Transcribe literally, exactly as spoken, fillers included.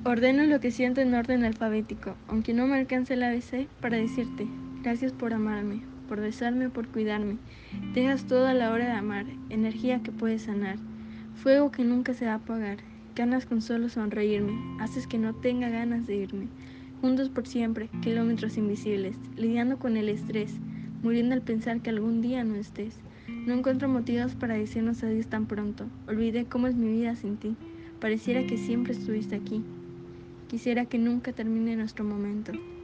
Ordeno lo que siento en orden alfabético, aunque no me alcance el A B C para decirte, gracias por amarme, por besarme, por cuidarme. Dejas todo a la hora de amar, energía que puede sanar, fuego que nunca se va a apagar, ganas con solo sonreírme, haces que no tenga ganas de irme. Juntos por siempre, kilómetros invisibles, lidiando con el estrés, muriendo al pensar que algún día no estés. No encuentro motivos para decirnos adiós tan pronto, olvidé cómo es mi vida sin ti, pareciera que siempre estuviste aquí. Quisiera que nunca termine nuestro momento.